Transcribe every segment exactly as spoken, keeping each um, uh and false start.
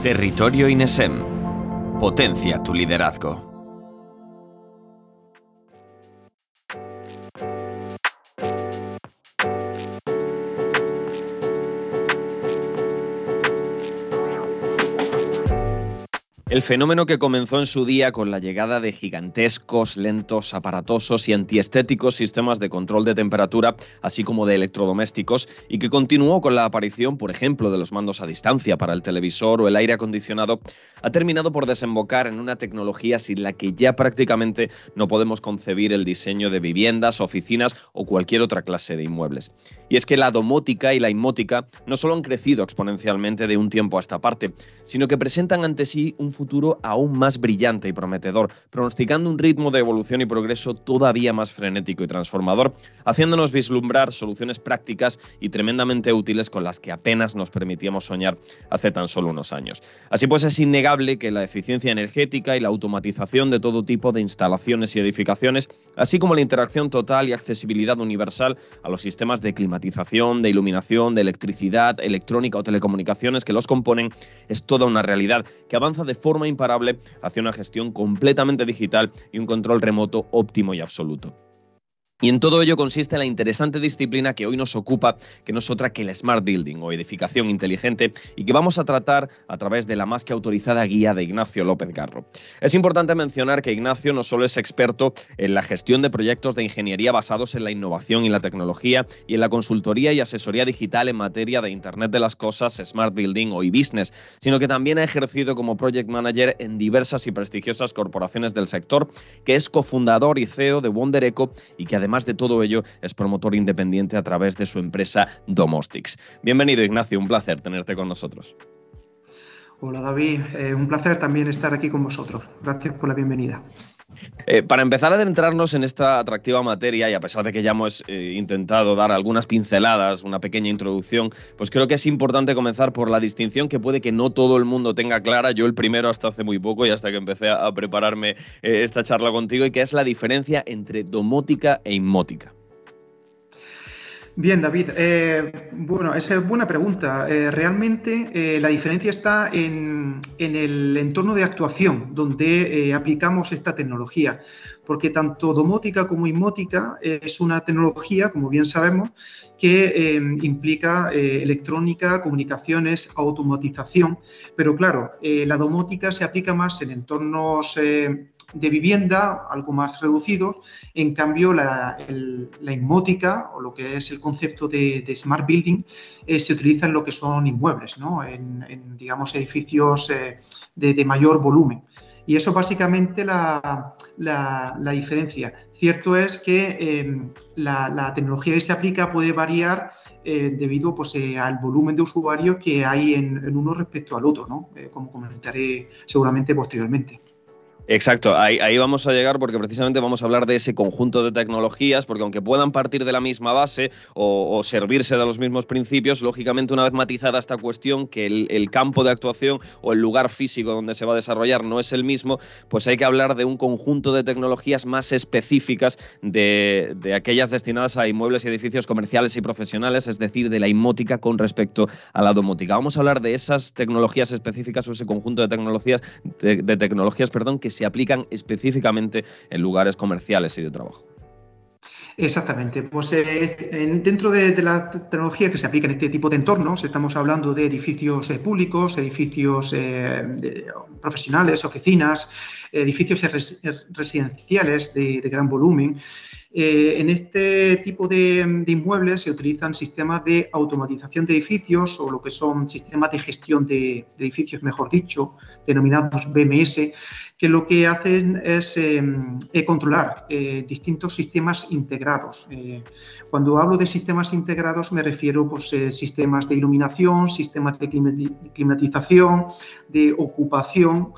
Territorio INESEM. Potencia tu liderazgo. El fenómeno que comenzó en su día con la llegada de gigantescos, lentos, aparatosos y antiestéticos sistemas de control de temperatura, así como de electrodomésticos, y que continuó con la aparición, por ejemplo, de los mandos a distancia para el televisor o el aire acondicionado, ha terminado por desembocar en una tecnología sin la que ya prácticamente no podemos concebir el diseño de viviendas, oficinas o cualquier otra clase de inmuebles. Y es que la domótica y la inmótica no solo han crecido exponencialmente de un tiempo a esta parte, sino que presentan ante sí un futuro futuro aún más brillante y prometedor, pronosticando un ritmo de evolución y progreso todavía más frenético y transformador, haciéndonos vislumbrar soluciones prácticas y tremendamente útiles con las que apenas nos permitíamos soñar hace tan solo unos años. Así pues, es innegable que la eficiencia energética y la automatización de todo tipo de instalaciones y edificaciones, así como la interacción total y accesibilidad universal a los sistemas de climatización, de iluminación, de electricidad, electrónica o telecomunicaciones que los componen, es toda una realidad que avanza de forma imparable hacia una gestión completamente digital y un control remoto óptimo y absoluto. Y en todo ello consiste la interesante disciplina que hoy nos ocupa, que no es otra que el Smart Building o edificación inteligente, y que vamos a tratar a través de la más que autorizada guía de Ignacio López Garro. Es importante mencionar que Ignacio no solo es experto en la gestión de proyectos de ingeniería basados en la innovación y la tecnología y en la consultoría y asesoría digital en materia de Internet de las Cosas, Smart Building o e-Business, sino que también ha ejercido como Project Manager en diversas y prestigiosas corporaciones del sector, que es cofundador y C E O de Wonder Eco y que además Además de todo ello, es promotor independiente a través de su empresa Domostics. Bienvenido, Ignacio, un placer tenerte con nosotros. Hola, David. Eh, un placer también estar aquí con vosotros. Gracias por la bienvenida. Eh, para empezar a adentrarnos en esta atractiva materia, y a pesar de que ya hemos eh, intentado dar algunas pinceladas, una pequeña introducción, pues creo que es importante comenzar por la distinción que puede que no todo el mundo tenga clara, yo el primero hasta hace muy poco y hasta que empecé a, a prepararme eh, esta charla contigo, y que es la diferencia entre domótica e inmótica. Bien, David. Eh, bueno, esa es buena pregunta. Eh, realmente eh, la diferencia está en, en el entorno de actuación donde eh, aplicamos esta tecnología, porque tanto domótica como inmótica eh, es una tecnología, como bien sabemos, que eh, implica eh, electrónica, comunicaciones, automatización, pero claro, eh, la domótica se aplica más en entornos eh, de vivienda, algo más reducidos. En cambio, la, el, la inmótica, o lo que es el concepto de, de Smart Building, eh, se utiliza en lo que son inmuebles, ¿no? en, en, digamos, edificios eh, de, de mayor volumen. Y eso básicamente la, la, la diferencia. Cierto es que eh, la, la tecnología que se aplica puede variar eh, debido pues, eh, al volumen de usuarios que hay en, en uno respecto al otro, ¿no? Eh, como comentaré seguramente posteriormente. Exacto, ahí, ahí vamos a llegar porque precisamente vamos a hablar de ese conjunto de tecnologías, porque aunque puedan partir de la misma base o, o servirse de los mismos principios, lógicamente una vez matizada esta cuestión, que el, el campo de actuación o el lugar físico donde se va a desarrollar no es el mismo, pues hay que hablar de un conjunto de tecnologías más específicas de, de aquellas destinadas a inmuebles y edificios comerciales y profesionales, es decir, de la inmótica con respecto a la domótica. Vamos a hablar de esas tecnologías específicas o ese conjunto de tecnologías, de, de tecnologías, perdón, que se aplican específicamente en lugares comerciales y de trabajo. Exactamente. Pues eh, dentro de, de la tecnología que se aplica en este tipo de entornos, estamos hablando de edificios eh, públicos, edificios eh, de, profesionales, oficinas, edificios res, residenciales de, de gran volumen. Eh, en este tipo de, de inmuebles se utilizan sistemas de automatización de edificios, o lo que son sistemas de gestión de, de edificios, mejor dicho, denominados B M S, que lo que hacen es eh, eh, controlar eh, distintos sistemas integrados. Eh, cuando hablo de sistemas integrados me refiero pues, eh, sistemas de iluminación, sistemas de climatización, de ocupación,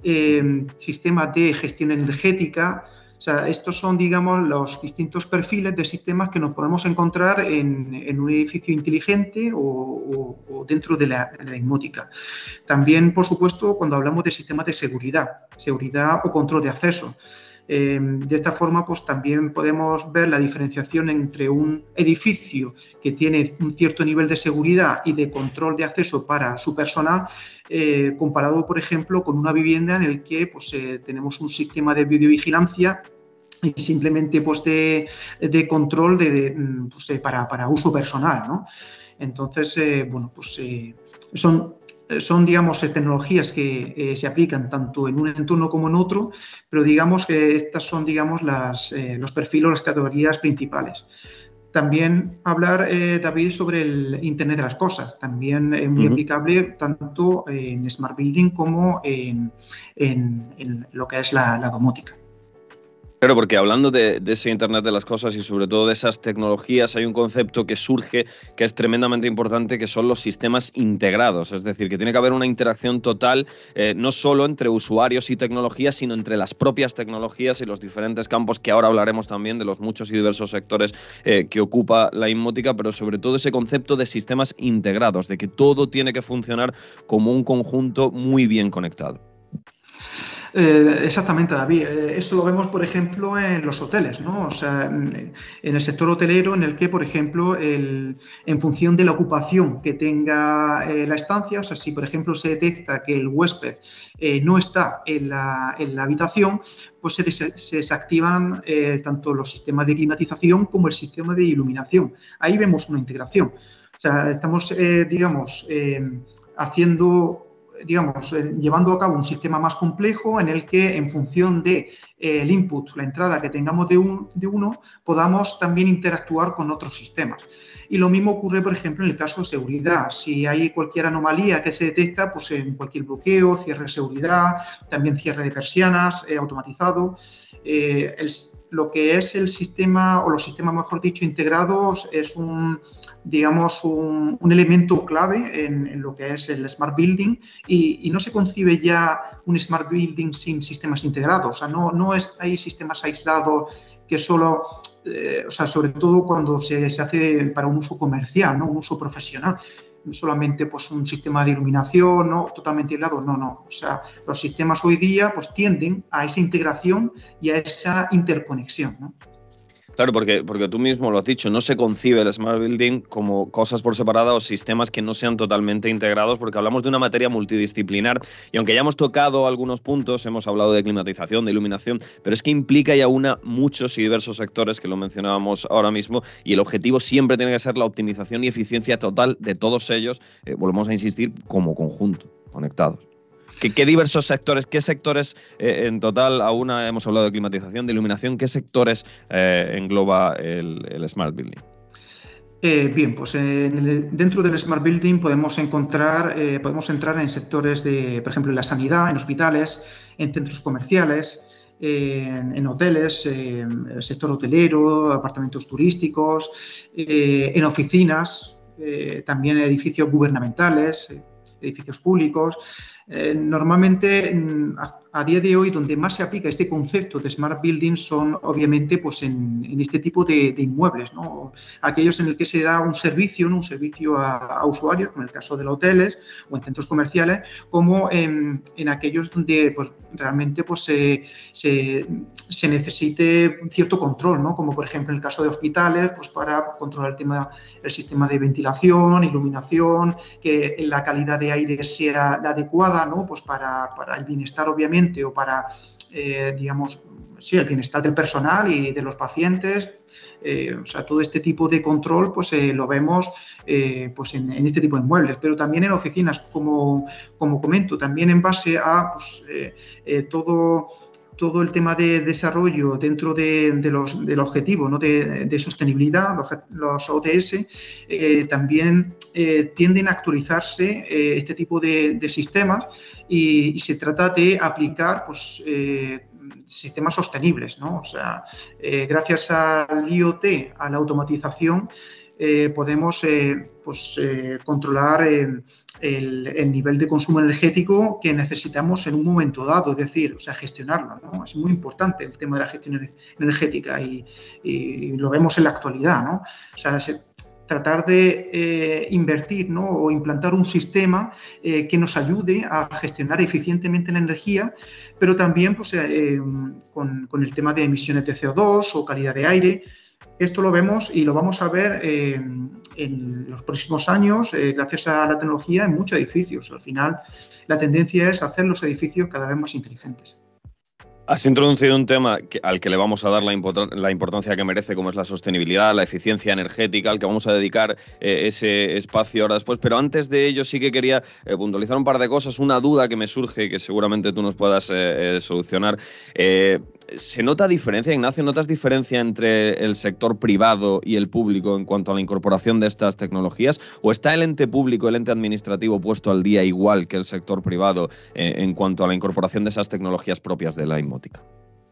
eh, sistemas de gestión energética. O sea, estos son, digamos, los distintos perfiles de sistemas que nos podemos encontrar en, en un edificio inteligente o, o, o dentro de la, de la inmótica. También, por supuesto, cuando hablamos de sistemas de seguridad, seguridad o control de acceso. Eh, de esta forma, pues también podemos ver la diferenciación entre un edificio que tiene un cierto nivel de seguridad y de control de acceso para su personal, eh, comparado, por ejemplo, con una vivienda en el que pues, eh, tenemos un sistema de videovigilancia y simplemente pues, de, de control de, de, pues, de, para, para uso personal, ¿no? Entonces, eh, bueno, pues eh, son... son, digamos, tecnologías que eh, se aplican tanto en un entorno como en otro, pero digamos que estas son, digamos, las, eh, los perfiles o las categorías principales. También hablar, eh, David, sobre el Internet de las Cosas, también es muy uh-huh. aplicable tanto en Smart Building como en, en, en lo que es la, la domótica. Claro, porque hablando de, de ese Internet de las cosas y sobre todo de esas tecnologías, hay un concepto que surge que es tremendamente importante, que son los sistemas integrados. Es decir, que tiene que haber una interacción total, eh, no solo entre usuarios y tecnologías, sino entre las propias tecnologías y los diferentes campos, que ahora hablaremos también de los muchos y diversos sectores eh, que ocupa la inmótica, pero sobre todo ese concepto de sistemas integrados, de que todo tiene que funcionar como un conjunto muy bien conectado. Eh, exactamente, David. Eh, eso lo vemos, por ejemplo, en los hoteles, ¿no? O sea, en, en el sector hotelero, en el que, por ejemplo, el, en función de la ocupación que tenga eh, la estancia, o sea, si, por ejemplo, se detecta que el huésped eh, no está en la, en la habitación, pues se, des, se desactivan eh, tanto los sistemas de climatización como el sistema de iluminación. Ahí vemos una integración. O sea, estamos, eh, digamos, eh, haciendo... digamos, eh, llevando a cabo un sistema más complejo en el que, en función de eh, el input, la entrada que tengamos de, un, de uno, podamos también interactuar con otros sistemas. Y lo mismo ocurre, por ejemplo, en el caso de seguridad. Si hay cualquier anomalía que se detecta, pues en cualquier bloqueo, cierre de seguridad, también cierre de persianas, eh, automatizado. Eh, el, lo que es el sistema, o los sistemas, mejor dicho, integrados, es un... digamos, un, un elemento clave en, en lo que es el Smart Building y, y no se concibe ya un Smart Building sin sistemas integrados. O sea, no, no es, hay sistemas aislados que solo, eh, o sea, sobre todo cuando se, se hace para un uso comercial, ¿no? Un uso profesional. No solamente pues, un sistema de iluminación, ¿no? Totalmente aislado, no, no. O sea, los sistemas hoy día pues, tienden a esa integración y a esa interconexión, ¿no? Claro, porque, porque tú mismo lo has dicho, no se concibe el Smart Building como cosas por separado o sistemas que no sean totalmente integrados, porque hablamos de una materia multidisciplinar y aunque ya hemos tocado algunos puntos, hemos hablado de climatización, de iluminación, pero es que implica y aúna muchos y diversos sectores, que lo mencionábamos ahora mismo, y el objetivo siempre tiene que ser la optimización y eficiencia total de todos ellos, eh, volvemos a insistir, como conjunto, conectados. ¿Qué, qué diversos sectores, qué sectores eh, en total, aún hemos hablado de climatización, de iluminación, qué sectores eh, engloba el, el Smart Building? Eh, bien, pues en el, dentro del Smart Building podemos encontrar, eh, podemos entrar en sectores de, por ejemplo, en la sanidad, en hospitales, en centros comerciales, eh, en, en hoteles, eh, el sector hotelero, apartamentos turísticos, eh, en oficinas, eh, también en edificios gubernamentales, eh, edificios públicos. Eh, normalmente, a, a día de hoy, donde más se aplica este concepto de Smart Building son, obviamente, pues en, en este tipo de, de inmuebles, ¿no? Aquellos en el que se da un servicio, ¿no? Un servicio a, a usuarios, como en el caso de los hoteles o en centros comerciales, como en, en aquellos donde pues, realmente pues, se, se, se necesite cierto control, ¿no? Como, por ejemplo, en el caso de hospitales, pues para controlar el tema, el sistema de ventilación, iluminación, que la calidad de aire sea la adecuada, ¿no? Pues para, para el bienestar, obviamente, o para, eh, digamos, sí, el bienestar del personal y de los pacientes. Eh, o sea, todo este tipo de control pues eh, lo vemos eh, pues en, en este tipo de inmuebles, pero también en oficinas, como, como comento, también en base a pues, eh, eh, todo... todo el tema de desarrollo dentro de, de los, del objetivo, ¿no? de, de sostenibilidad, los, los O T S, eh, también eh, tienden a actualizarse eh, este tipo de, de sistemas y, y se trata de aplicar pues, eh, sistemas sostenibles, ¿no? O sea, eh, gracias al I o T, a la automatización, eh, podemos eh, pues, eh, controlar eh, el, el nivel de consumo energético que necesitamos en un momento dado, es decir, o sea, gestionarlo, ¿no? Es muy importante el tema de la gestión energética y, y lo vemos en la actualidad, ¿no? O sea, se, tratar de eh, invertir, ¿no? O implantar un sistema eh, que nos ayude a gestionar eficientemente la energía, pero también pues, eh, con, con el tema de emisiones de C O dos o calidad de aire. Esto lo vemos y lo vamos a ver eh, en los próximos años, eh, gracias a la tecnología, en muchos edificios. Al final, la tendencia es hacer los edificios cada vez más inteligentes. Has introducido un tema que, al que le vamos a dar la, import la importancia que merece, como es la sostenibilidad, la eficiencia energética, al que vamos a dedicar eh, ese espacio ahora después. Pero antes de ello sí que quería eh, puntualizar un par de cosas, una duda que me surge que seguramente tú nos puedas eh, eh, solucionar. Eh, ¿Se nota diferencia, Ignacio? ¿Notas diferencia entre el sector privado y el público en cuanto a la incorporación de estas tecnologías? ¿O está el ente público, el ente administrativo puesto al día igual que el sector privado eh, en cuanto a la incorporación de esas tecnologías propias de la inmótica?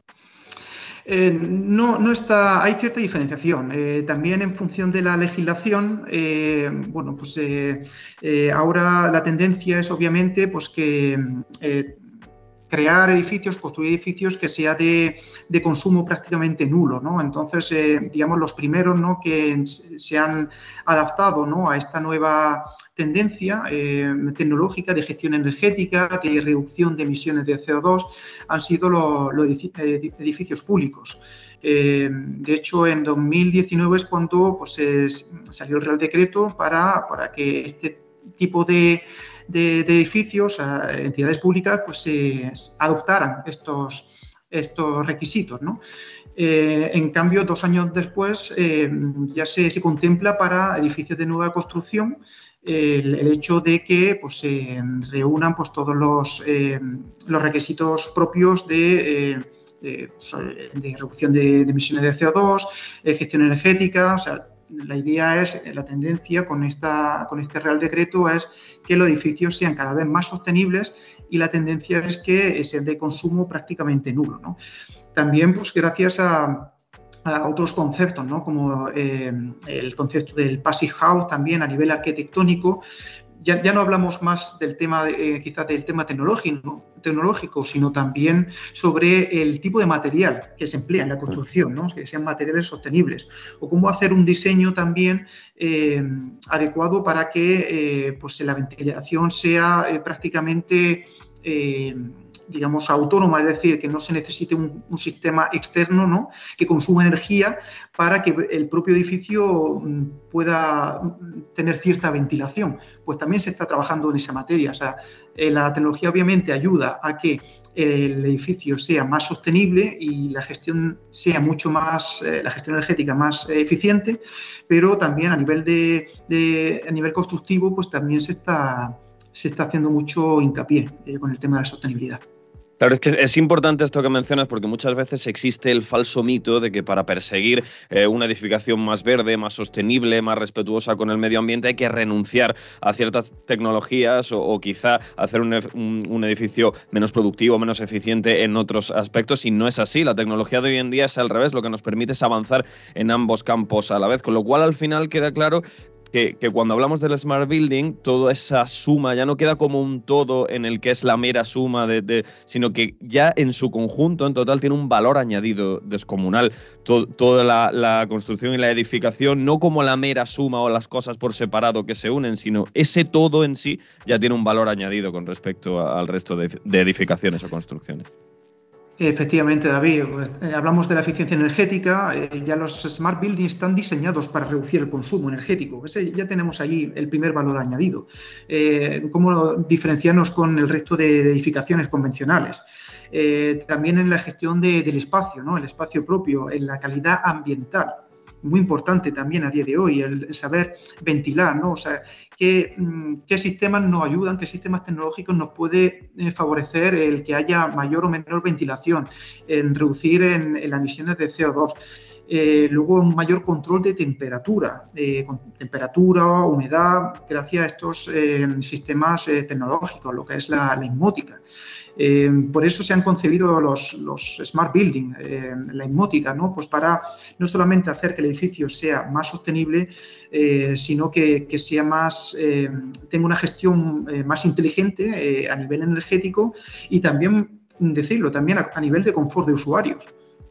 Eh, no, no está, hay cierta diferenciación. Eh, también en función de la legislación, eh, bueno, pues eh, eh, ahora la tendencia es obviamente pues que eh, crear edificios, construir edificios que sea de, de consumo prácticamente nulo, ¿no? Entonces, eh, digamos, los primeros, ¿no?, que se han adaptado, ¿no?, a esta nueva tendencia eh, tecnológica de gestión energética, de reducción de emisiones de C O dos, han sido los, los edificios públicos. Eh, de hecho, en dos mil diecinueve es cuando pues, es, salió el Real Decreto para, para que este tipo de De, de edificios, a entidades públicas, pues se adoptaran estos, estos requisitos, ¿no? Eh, en cambio, dos años después eh, ya se, se contempla para edificios de nueva construcción eh, el, el hecho de que pues, se eh, reúnan pues, todos los, eh, los requisitos propios de... Eh, de, de reducción de, de emisiones de C O dos, eh, gestión energética, o sea, la idea es, la tendencia con, esta, con este Real Decreto es que los edificios sean cada vez más sostenibles y la tendencia es que sean de consumo prácticamente nulo, ¿no? También, pues, gracias a, a otros conceptos, ¿no?, como eh, el concepto del Passive House, también a nivel arquitectónico. Ya, ya no hablamos más del tema, de, eh, quizás del tema tecnológico, tecnológico, sino también sobre el tipo de material que se emplea en la construcción, ¿no?, que sean materiales sostenibles, o cómo hacer un diseño también eh, adecuado para que eh, pues la ventilación sea eh, prácticamente eh, digamos, autónoma, es decir, que no se necesite un, un sistema externo, ¿no?, que consuma energía para que el propio edificio pueda tener cierta ventilación. Pues también se está trabajando en esa materia. O sea, eh, la tecnología obviamente ayuda a que el edificio sea más sostenible y la gestión sea mucho más, eh, la gestión energética más eh, eficiente, pero también a nivel de, de a nivel constructivo, pues también se está, se está haciendo mucho hincapié eh, con el tema de la sostenibilidad. Claro, es que es importante esto que mencionas porque muchas veces existe el falso mito de que para perseguir eh, una edificación más verde, más sostenible, más respetuosa con el medio ambiente hay que renunciar a ciertas tecnologías o, o quizá hacer un, un, un edificio menos productivo, menos eficiente en otros aspectos, y no es así. La tecnología de hoy en día es al revés, lo que nos permite es avanzar en ambos campos a la vez, con lo cual al final queda claro Que, que cuando hablamos del Smart Building, toda esa suma ya no queda como un todo en el que es la mera suma, de, de, sino que ya en su conjunto, en total, tiene un valor añadido descomunal. Todo, toda la, la construcción y la edificación, no como la mera suma o las cosas por separado que se unen, sino ese todo en sí ya tiene un valor añadido con respecto a, al resto de, de edificaciones o construcciones. Efectivamente, David, eh, hablamos de la eficiencia energética, eh, ya los Smart Buildings están diseñados para reducir el consumo energético. Ese, ya tenemos ahí el primer valor añadido. Eh, ¿Cómo diferenciarnos con el resto de, de edificaciones convencionales? Eh, también en la gestión de, del espacio, ¿no?, el espacio propio, en la calidad ambiental. Muy importante también a día de hoy, el saber ventilar, ¿no? O sea, qué, qué sistemas nos ayudan, qué sistemas tecnológicos nos puede favorecer el que haya mayor o menor ventilación, en reducir en, en las emisiones de C O dos. Eh, luego, un mayor control de temperatura, eh, con temperatura, humedad, gracias a estos eh, sistemas eh, tecnológicos, lo que es la, la inmótica. Eh, por eso se han concebido los, los Smart Building, eh, la inmótica, ¿no?, pues para no solamente hacer que el edificio sea más sostenible, eh, sino que, que sea más, eh, tenga una gestión eh, más inteligente eh, a nivel energético y también, decirlo, también a, a nivel de confort de usuarios.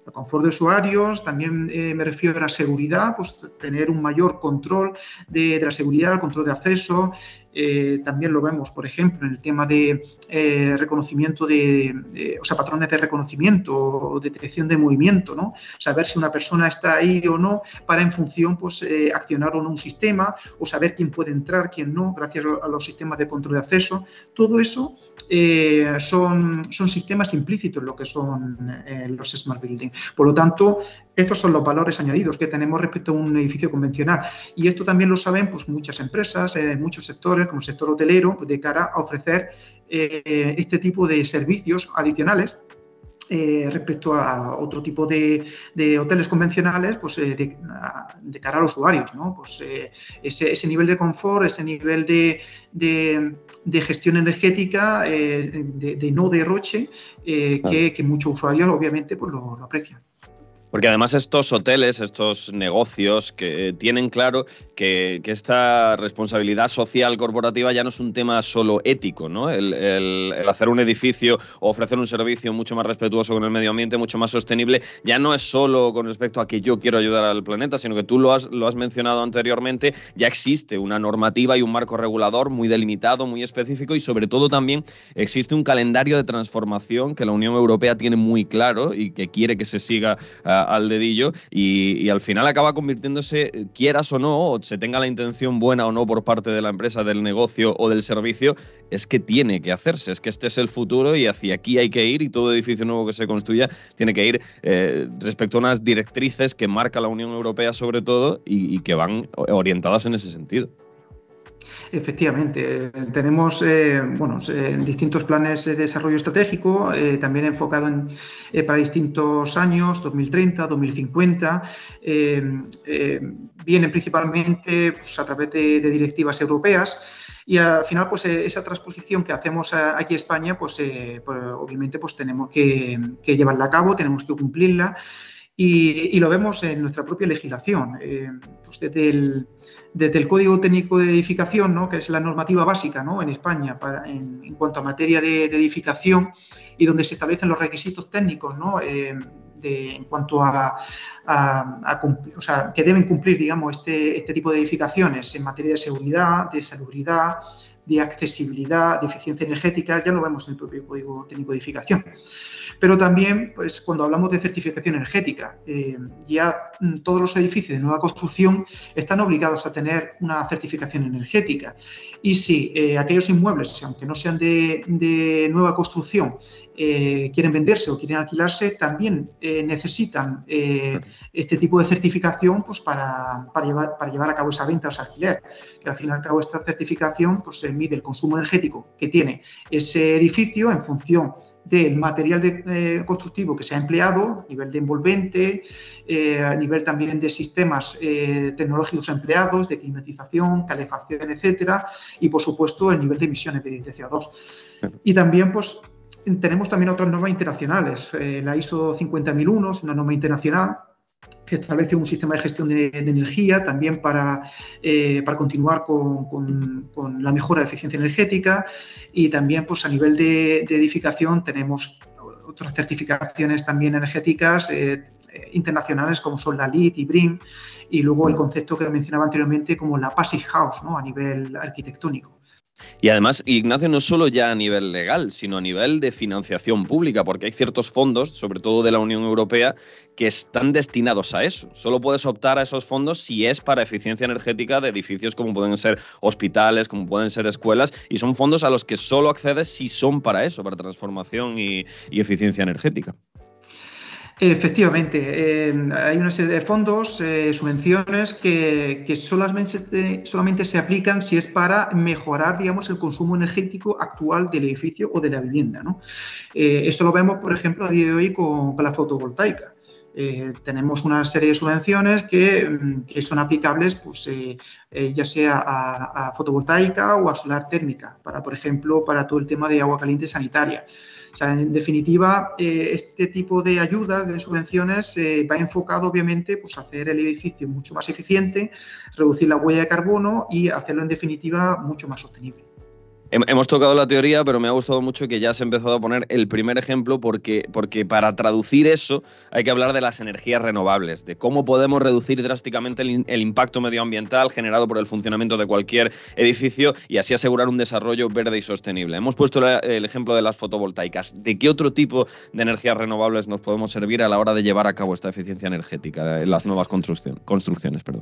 el confort de usuarios, también eh, me refiero a la seguridad, pues tener un mayor control de, de la seguridad, el control de acceso. Eh, también lo vemos, por ejemplo, en el tema de eh, reconocimiento de, de, o sea, patrones de reconocimiento o detección de movimiento, ¿no? Saber si una persona está ahí o no, para en función, pues, eh, accionar o no un sistema, o saber quién puede entrar, quién no, gracias a los sistemas de control de acceso. Todo eso eh, son, son sistemas implícitos en lo que son eh, los Smart Building. Por lo tanto, estos son los valores añadidos que tenemos respecto a un edificio convencional. Y esto también lo saben, pues, muchas empresas, eh, muchos sectores, como el sector hotelero, de cara a ofrecer eh, este tipo de servicios adicionales eh, respecto a otro tipo de, de hoteles convencionales, pues eh, de, de cara a los usuarios, ¿no? Pues eh, ese, ese nivel de confort, ese nivel de, de, de gestión energética, eh, de, de no derroche, eh, que, que muchos usuarios obviamente pues lo, lo aprecian. Porque además estos hoteles, estos negocios que tienen claro que, que esta responsabilidad social corporativa ya no es un tema solo ético, ¿no? El, el, el hacer un edificio o ofrecer un servicio mucho más respetuoso con el medio ambiente, mucho más sostenible, ya no es solo con respecto a que yo quiero ayudar al planeta, sino que tú lo has, lo has mencionado anteriormente, ya existe una normativa y un marco regulador muy delimitado, muy específico, y sobre todo también existe un calendario de transformación que la Unión Europea tiene muy claro y que quiere que se siga uh, al dedillo y, y al final acaba convirtiéndose, quieras o no, o se tenga la intención buena o no por parte de la empresa, del negocio o del servicio, es que tiene que hacerse, es que este es el futuro y hacia aquí hay que ir, y todo edificio nuevo que se construya tiene que ir eh, respecto a unas directrices que marca la Unión Europea sobre todo y, y que van orientadas en ese sentido. Efectivamente, tenemos eh, bueno, eh, distintos planes de desarrollo estratégico, eh, también enfocado en, eh, para distintos años, dos mil treinta, dos mil cincuenta. Eh, eh, vienen principalmente pues, a través de, de directivas europeas. Y al final, pues esa transposición que hacemos aquí en España, pues, eh, pues obviamente pues, tenemos que, que llevarla a cabo, tenemos que cumplirla. Y, y lo vemos en nuestra propia legislación. Eh, pues desde, el, desde el Código Técnico de Edificación, ¿no? Que es la normativa básica, ¿no? En España para, en, en cuanto a materia de, de edificación, y donde se establecen los requisitos técnicos, ¿no? Eh, de, en cuanto a, a, a cumplir, o sea, que deben cumplir, digamos, este, este tipo de edificaciones en materia de seguridad, de salubridad, de accesibilidad, de eficiencia energética. Ya lo vemos en el propio Código Técnico de Edificación. Pero también, pues, cuando hablamos de certificación energética, eh, ya todos los edificios de nueva construcción están obligados a tener una certificación energética. Y si eh, aquellos inmuebles, aunque no sean de, de nueva construcción, eh, quieren venderse o quieren alquilarse, también eh, necesitan eh, este tipo de certificación, pues, para, para, llevar, para llevar a cabo esa venta o ese alquiler. Que al fin y al cabo esta certificación, pues, se mide el consumo energético que tiene ese edificio en función del material de, eh, constructivo que se ha empleado, a nivel de envolvente, eh, a nivel también de sistemas eh, tecnológicos empleados, de climatización, calefacción, etcétera, y por supuesto el nivel de emisiones de, de C O dos. Y también, pues, tenemos también otras normas internacionales. Eh, la I S O cincuenta mil uno es una norma internacional que establece un sistema de gestión de, de energía también para, eh, para continuar con, con, con la mejora de eficiencia energética, y también, pues, a nivel de, de edificación tenemos otras certificaciones también energéticas eh, internacionales como son la LEED y BREEAM, y luego el concepto que mencionaba anteriormente como la Passive House, ¿no? A nivel arquitectónico. Y además, Ignacio, no solo ya a nivel legal, sino a nivel de financiación pública, porque hay ciertos fondos, sobre todo de la Unión Europea, que están destinados a eso. Solo puedes optar a esos fondos si es para eficiencia energética de edificios como pueden ser hospitales, como pueden ser escuelas, y son fondos a los que solo accedes si son para eso, para transformación y, y eficiencia energética. Efectivamente, eh, hay una serie de fondos, eh, subvenciones que, que solamente, solamente se aplican si es para mejorar, digamos, el consumo energético actual del edificio o de la vivienda, ¿no? Eh, esto lo vemos, por ejemplo, a día de hoy con, con la fotovoltaica. Eh, tenemos una serie de subvenciones que, que son aplicables, pues, eh, eh, ya sea a, a fotovoltaica o a solar térmica, para, por ejemplo, para todo el tema de agua caliente sanitaria. O sea, en definitiva, eh, este tipo de ayudas, de subvenciones, eh, va enfocado, obviamente, pues, a hacer el edificio mucho más eficiente, reducir la huella de carbono y hacerlo, en definitiva, mucho más sostenible. Hemos tocado la teoría, pero me ha gustado mucho que ya has empezado a poner el primer ejemplo porque, porque para traducir eso hay que hablar de las energías renovables, de cómo podemos reducir drásticamente el, el impacto medioambiental generado por el funcionamiento de cualquier edificio y así asegurar un desarrollo verde y sostenible. Hemos puesto la, el ejemplo de las fotovoltaicas. ¿De qué otro tipo de energías renovables nos podemos servir a la hora de llevar a cabo esta eficiencia energética en las nuevas construcción, construcciones? Perdón.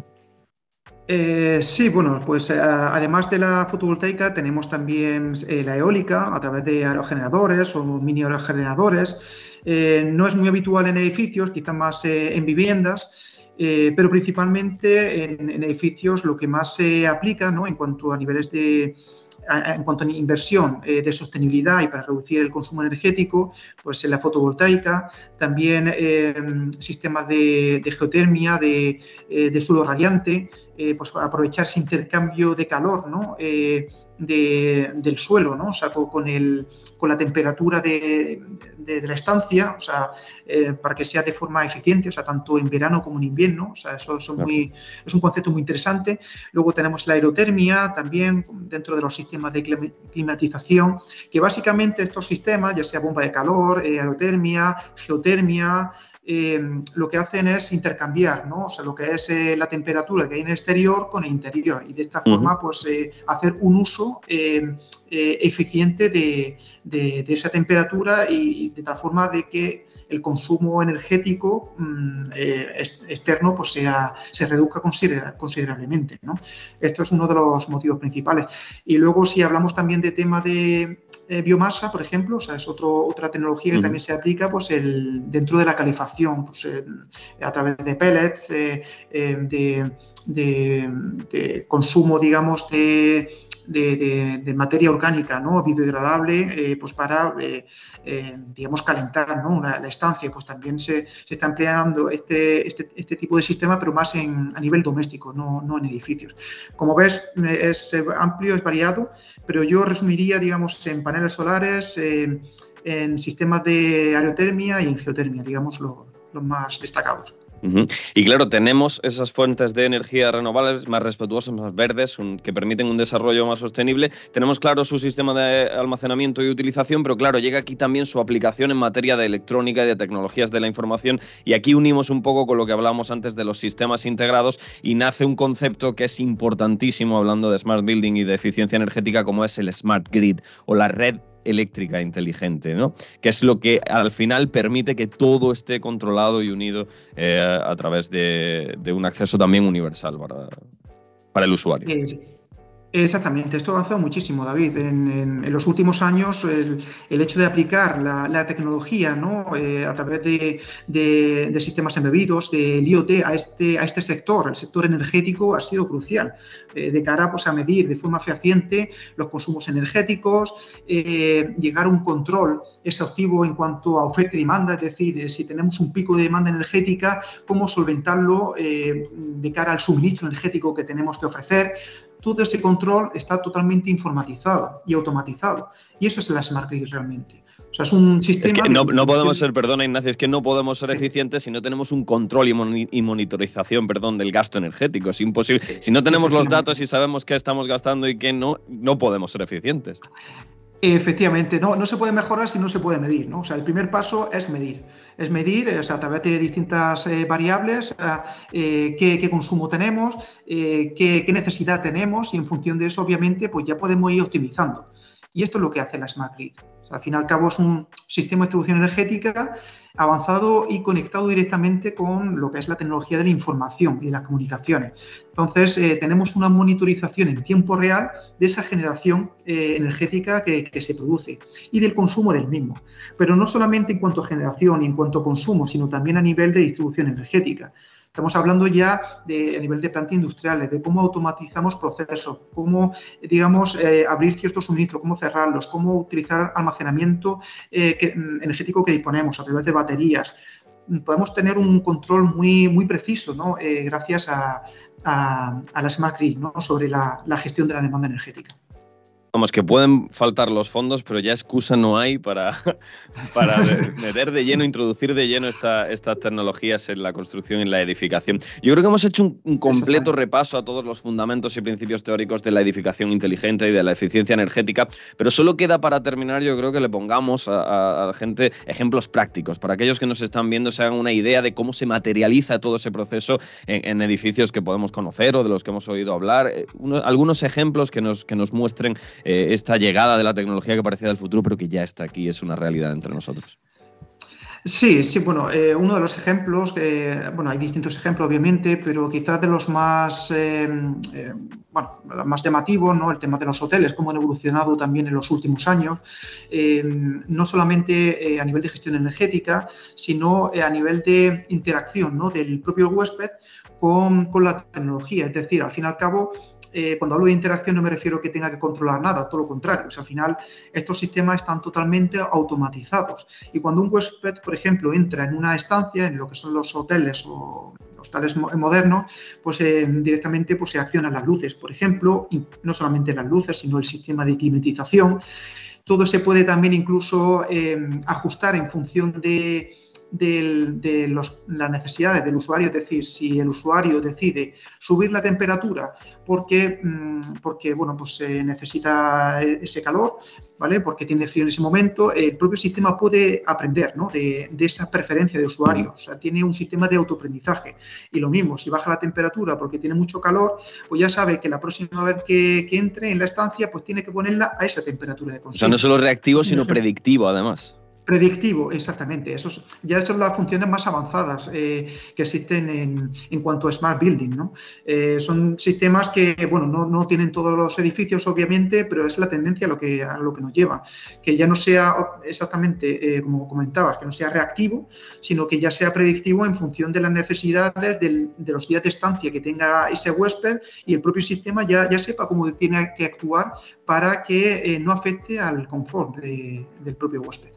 Eh, sí, bueno, pues eh, además de la fotovoltaica tenemos también eh, la eólica a través de aerogeneradores o mini aerogeneradores. Eh, no es muy habitual en edificios, quizás más eh, en viviendas, eh, pero principalmente en, en edificios lo que más se aplica, ¿no?, en cuanto a niveles de, en cuanto a inversión eh, de sostenibilidad y para reducir el consumo energético, pues en la fotovoltaica, también eh, sistemas de, de geotermia, de, eh, de suelo radiante, eh, pues aprovechar ese intercambio de calor, ¿no?, eh, de, del suelo, ¿no?, o sea, con, el, con la temperatura de, de, de la estancia, o sea, eh, para que sea de forma eficiente, o sea, tanto en verano como en invierno, o sea, eso, eso muy, es un concepto muy interesante. Luego tenemos la aerotermia también dentro de los sistemas de climatización, que básicamente estos sistemas, ya sea bomba de calor, eh, aerotermia, geotermia, Eh, lo que hacen es intercambiar, ¿no?, o sea, lo que es eh, la temperatura que hay en el exterior con el interior y de esta forma uh-huh. pues eh, hacer un uso eh, eh, eficiente de, de, de esa temperatura y de tal forma de que el consumo energético mmm, eh, externo pues sea, se reduzca considera, considerablemente, ¿no? Esto es uno de los motivos principales. Y luego si hablamos también de tema de Eh, biomasa, por ejemplo, o sea, es otro, otra tecnología que uh-huh. también se aplica pues, el, dentro de la calefacción, pues, eh, a través de pellets, eh, eh, de, de, de consumo, digamos, de, de, de, de materia orgánica, ¿no?, biodegradable, eh, pues para, eh, eh, digamos, calentar, ¿no?, una, la estancia. Pues también se, se está empleando este, este, este tipo de sistema, pero más en, a nivel doméstico, no, no en edificios. Como ves, es amplio, es variado, pero yo resumiría, digamos, en paneles solares, eh, en sistemas de aerotermia y en geotermia, digamos, los lo más destacados. Uh-huh. Y claro, tenemos esas fuentes de energía renovables más respetuosas, más verdes, un, que permiten un desarrollo más sostenible. Tenemos claro su sistema de almacenamiento y utilización, pero claro, llega aquí también su aplicación en materia de electrónica y de tecnologías de la información. Y aquí unimos un poco con lo que hablábamos antes de los sistemas integrados y nace un concepto que es importantísimo hablando de smart building y de eficiencia energética, como es el smart grid o la red eléctrica inteligente, ¿no?, que es lo que al final permite que todo esté controlado y unido eh, a través de, de un acceso también universal para, para el usuario. Sí. Exactamente, esto ha avanzado muchísimo, David. En, en, en los últimos años, el, el hecho de aplicar la, la tecnología, ¿no?, eh, a través de, de, de sistemas embebidos, del I O T, a este, a este sector, el sector energético, ha sido crucial eh, de cara, pues, a medir de forma fehaciente los consumos energéticos, eh, llegar a un control exhaustivo en cuanto a oferta y demanda, es decir, eh, si tenemos un pico de demanda energética, cómo solventarlo eh, de cara al suministro energético que tenemos que ofrecer. Todo ese control está totalmente informatizado y automatizado. Y eso es el Smart Grid realmente. O sea, es un sistema... Es que no, no podemos ser, perdona Ignacio, es que no podemos ser sí. eficientes si no tenemos un control y, moni y monitorización, perdón, del gasto energético. Es imposible. Si no tenemos los datos y sabemos qué estamos gastando y qué no, no podemos ser eficientes. Efectivamente, no, no se puede mejorar si no se puede medir, ¿no? O sea, el primer paso es medir. Es medir, o sea, a través de distintas eh, variables, eh, qué, qué consumo tenemos, eh, qué, qué necesidad tenemos y en función de eso, obviamente, pues ya podemos ir optimizando. Y esto es lo que hace la Smart Grid. O sea, al fin y al cabo es un sistema de distribución energética avanzado y conectado directamente con lo que es la tecnología de la información y de las comunicaciones. Entonces, eh, tenemos una monitorización en tiempo real de esa generación eh, energética que, que se produce y del consumo del mismo. Pero no solamente en cuanto a generación y en cuanto a consumo, sino también a nivel de distribución energética. Estamos hablando ya de, a nivel de plantas industriales, de cómo automatizamos procesos, cómo, digamos, eh, abrir ciertos suministros, cómo cerrarlos, cómo utilizar almacenamiento eh, que, energético que disponemos a través de baterías. Podemos tener un control muy, muy preciso, ¿no?, eh, gracias a, a, a la Smart Grid, ¿no?, sobre la, la gestión de la demanda energética. Vamos, que pueden faltar los fondos, pero ya excusa no hay para, para meter de lleno, introducir de lleno esta, estas tecnologías en la construcción y en la edificación. Yo creo que hemos hecho un, un completo repaso a todos los fundamentos y principios teóricos de la edificación inteligente y de la eficiencia energética, pero solo queda para terminar, yo creo que le pongamos a, a, a la gente ejemplos prácticos, para aquellos que nos están viendo se hagan una idea de cómo se materializa todo ese proceso en, en edificios que podemos conocer o de los que hemos oído hablar. Eh, uno, algunos ejemplos que nos, que nos muestren Eh, esta llegada de la tecnología que parecía del futuro, pero que ya está aquí, es una realidad entre nosotros. Sí, sí, bueno, eh, uno de los ejemplos, eh, bueno, hay distintos ejemplos obviamente, pero quizás de los más, eh, eh, bueno, más llamativos, ¿no? El tema de los hoteles, cómo han evolucionado también en los últimos años, eh, no solamente eh, a nivel de gestión energética, sino eh, a nivel de interacción, ¿no? Del propio huésped con, con la tecnología, es decir, al fin y al cabo, Eh, cuando hablo de interacción no me refiero a que tenga que controlar nada, todo lo contrario. O sea, al final estos sistemas están totalmente automatizados y cuando un huésped, por ejemplo, entra en una estancia, en lo que son los hoteles o hostales modernos, pues eh, directamente pues, se accionan las luces, por ejemplo, y no solamente las luces, sino el sistema de climatización. Todo se puede también incluso eh, ajustar en función de De, de los, las necesidades del usuario, es decir, si el usuario decide subir la temperatura porque, porque bueno, pues, eh, necesita ese calor, ¿vale? Porque tiene frío en ese momento, el propio sistema puede aprender, ¿no? de, de esa preferencia de usuario, o sea, tiene un sistema de autoaprendizaje. Y lo mismo, si baja la temperatura porque tiene mucho calor, pues ya sabe que la próxima vez que, que entre en la estancia, pues tiene que ponerla a esa temperatura de consumo. O sea, no solo reactivo, sino predictivo, además. Predictivo, exactamente. Esos, ya son las funciones más avanzadas eh, que existen en, en cuanto a Smart Building, ¿no? Eh, son sistemas que, bueno, no, no tienen todos los edificios, obviamente, pero es la tendencia a lo que, a lo que nos lleva. Que ya no sea exactamente, eh, como comentabas, que no sea reactivo, sino que ya sea predictivo en función de las necesidades del, de los días de estancia que tenga ese huésped y el propio sistema ya, ya sepa cómo tiene que actuar para que eh, no afecte al confort de, del propio huésped.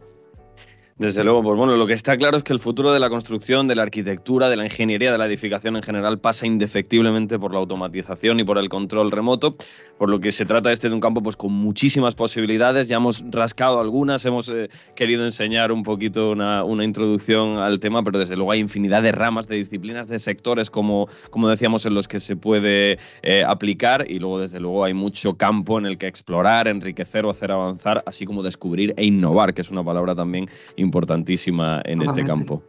Desde luego, pues bueno, lo que está claro es que el futuro de la construcción, de la arquitectura, de la ingeniería, de la edificación en general pasa indefectiblemente por la automatización y por el control remoto, por lo que se trata este de un campo pues con muchísimas posibilidades. Ya hemos rascado algunas, hemos eh, querido enseñar un poquito una, una introducción al tema, pero desde luego hay infinidad de ramas, de disciplinas, de sectores, como, como decíamos, en los que se puede eh, aplicar, y luego desde luego hay mucho campo en el que explorar, enriquecer o hacer avanzar, así como descubrir e innovar, que es una palabra también importante importantísima en este campo.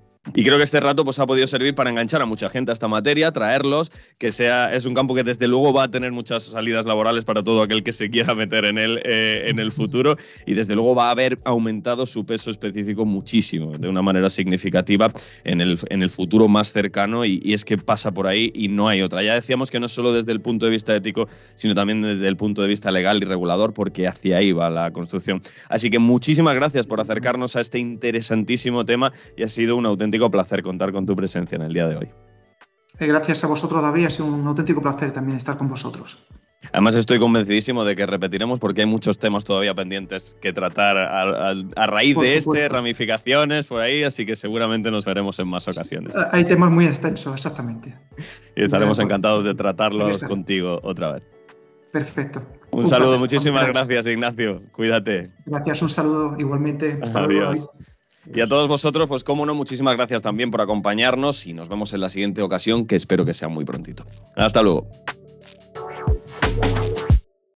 Y creo que este rato pues, ha podido servir para enganchar a mucha gente a esta materia, traerlos, que sea, es un campo que desde luego va a tener muchas salidas laborales para todo aquel que se quiera meter en él eh, en el futuro, y desde luego va a haber aumentado su peso específico muchísimo, de una manera significativa en el, en el futuro más cercano, y, y es que pasa por ahí y no hay otra. Ya decíamos que no solo desde el punto de vista ético, sino también desde el punto de vista legal y regulador, porque hacia ahí va la construcción. Así que muchísimas gracias por acercarnos a este interesantísimo tema, y ha sido un auténtico placer contar con tu presencia en el día de hoy. Gracias a vosotros, David, ha sido un auténtico placer también estar con vosotros. Además estoy convencidísimo de que repetiremos porque hay muchos temas todavía pendientes que tratar a, a, a raíz por de supuesto. Este, ramificaciones por ahí, así que seguramente nos veremos en más ocasiones. Hay temas muy extensos, exactamente. Y estaremos encantados de tratarlos contigo otra vez. Perfecto. Un, un saludo, placer. Muchísimas gracias, Ignacio. Cuídate. Gracias, un saludo igualmente. Hasta Adiós. Luego. Y a todos vosotros, pues cómo no, muchísimas gracias también por acompañarnos, y nos vemos en la siguiente ocasión, que espero que sea muy prontito. Hasta luego.